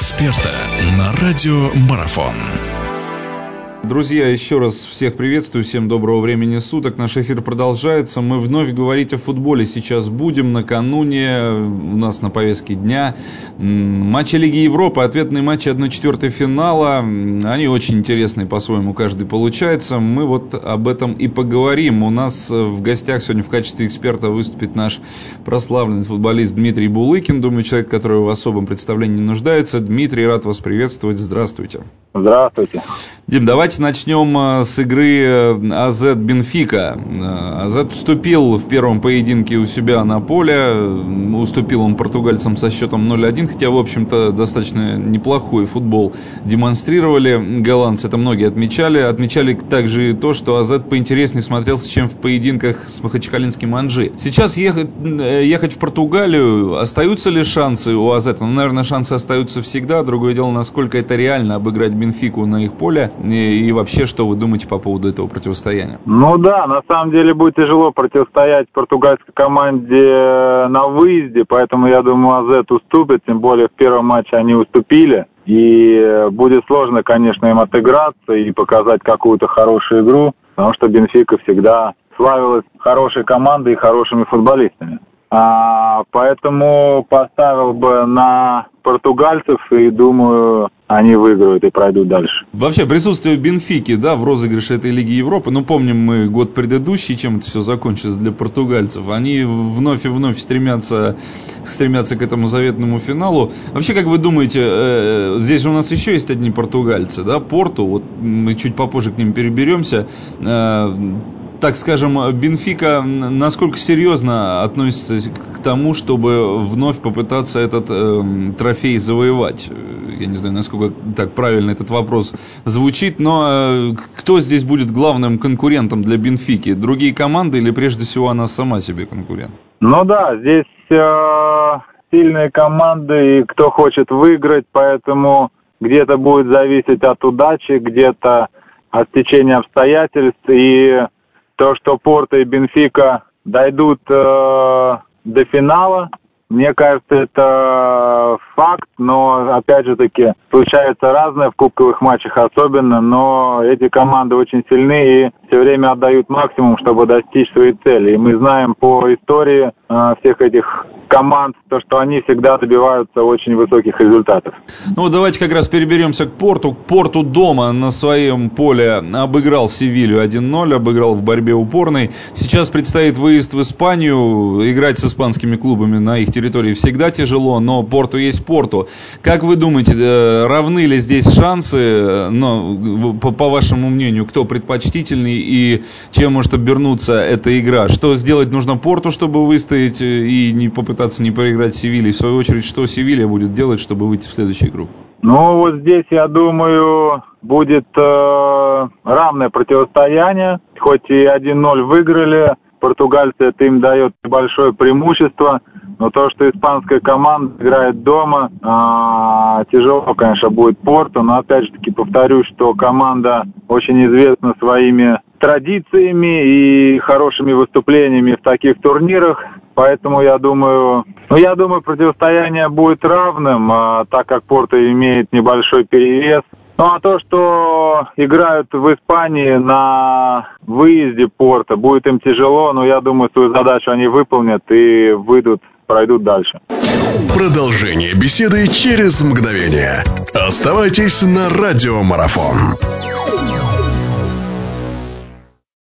эксперта на радио Марафон. Друзья, еще раз всех приветствую, всем доброго времени суток. Наш эфир продолжается. Мы вновь говорить о футболе сейчас будем. Накануне у нас на повестке дня матчи Лиги Европы, ответные матчи 1/4 финала. Они очень интересные по-своему, каждый получается. Мы вот об этом и поговорим. У нас в гостях сегодня в качестве эксперта выступит наш прославленный футболист Дмитрий Булыкин. Думаю, человек, который в особом представлении не нуждается. Дмитрий, рад вас приветствовать. Здравствуйте. Здравствуйте. Дим, давайте начнем с игры АЗ Бенфика. АЗ вступил в первом поединке у себя на поле. Уступил он португальцам со счетом 0-1, хотя, в общем-то, достаточно неплохой футбол демонстрировали голландцы. Это многие отмечали. Отмечали также и то, что АЗ поинтереснее смотрелся, чем в поединках с махачкалинским Анжи. Сейчас ехать в Португалию, остаются ли шансы у АЗ? Ну, наверное, шансы остаются всегда. Другое дело, насколько это реально обыграть Бенфику на их поле. И вообще, что вы думаете по поводу этого противостояния? Ну да, на самом деле будет тяжело противостоять португальской команде на выезде, поэтому я думаю, АЗ уступит, тем более в первом матче они уступили. И будет сложно, конечно, им отыграться и показать какую-то хорошую игру, потому что Бенфика всегда славилась хорошей командой и хорошими футболистами. Поэтому поставил бы на португальцев и думаю, они выиграют и пройдут дальше. Вообще, присутствие Бенфики, да, в розыгрыше этой Лиги Европы, ну, помним мы год предыдущий, чем это все закончилось для португальцев. Они вновь и вновь стремятся к этому заветному финалу. Вообще, как вы думаете, здесь же у нас еще есть одни португальцы, да, Порту, вот мы чуть попозже к ним переберемся. Так скажем, Бенфика насколько серьезно относится к тому, чтобы вновь попытаться этот трофей завоевать? Я не знаю, насколько так правильно этот вопрос звучит, но кто здесь будет главным конкурентом для Бенфики? Другие команды или прежде всего она сама себе конкурент? Ну да, здесь сильные команды и кто хочет выиграть, поэтому где-то будет зависеть от удачи, где-то от стечения обстоятельств. И то, что Порто и Бенфика дойдут до финала, мне кажется, это факт, но, опять же таки, случается разное в кубковых матчах особенно, но эти команды очень сильны и все время отдают максимум, чтобы достичь своей цели. И мы знаем по истории всех этих команд, то, что они всегда добиваются очень высоких результатов. Ну, давайте как раз переберемся к Порту. Порту дома на своем поле обыграл Севилью 1-0, обыграл в борьбе упорной. Сейчас предстоит выезд в Испанию. Играть с испанскими клубами на их территории всегда тяжело, но Порту есть Порту. Как вы думаете, равны ли здесь шансы, по вашему мнению, кто предпочтительный и чем может обернуться эта игра? Что сделать нужно Порту, чтобы выстоять и не попытаться не проиграть Севилье? В свою очередь, что Севилья будет делать, чтобы выйти в следующую игру? Ну, вот здесь, я думаю, будет равное противостояние. Хоть и 1-0 выиграли, португальцы, это им дает большое преимущество. Но то, что испанская команда играет дома, тяжело, конечно, будет Порту. Но опять же таки повторюсь, что команда очень известна своими традициями и хорошими выступлениями в таких турнирах. Поэтому я думаю, противостояние будет равным, так как Порту имеет небольшой перевес. Ну а то, что играют в Испании на выезде Порту, будет им тяжело, но я думаю, свою задачу они выполнят и пройдут дальше. Продолжение беседы через мгновение. Оставайтесь на радио Марафон.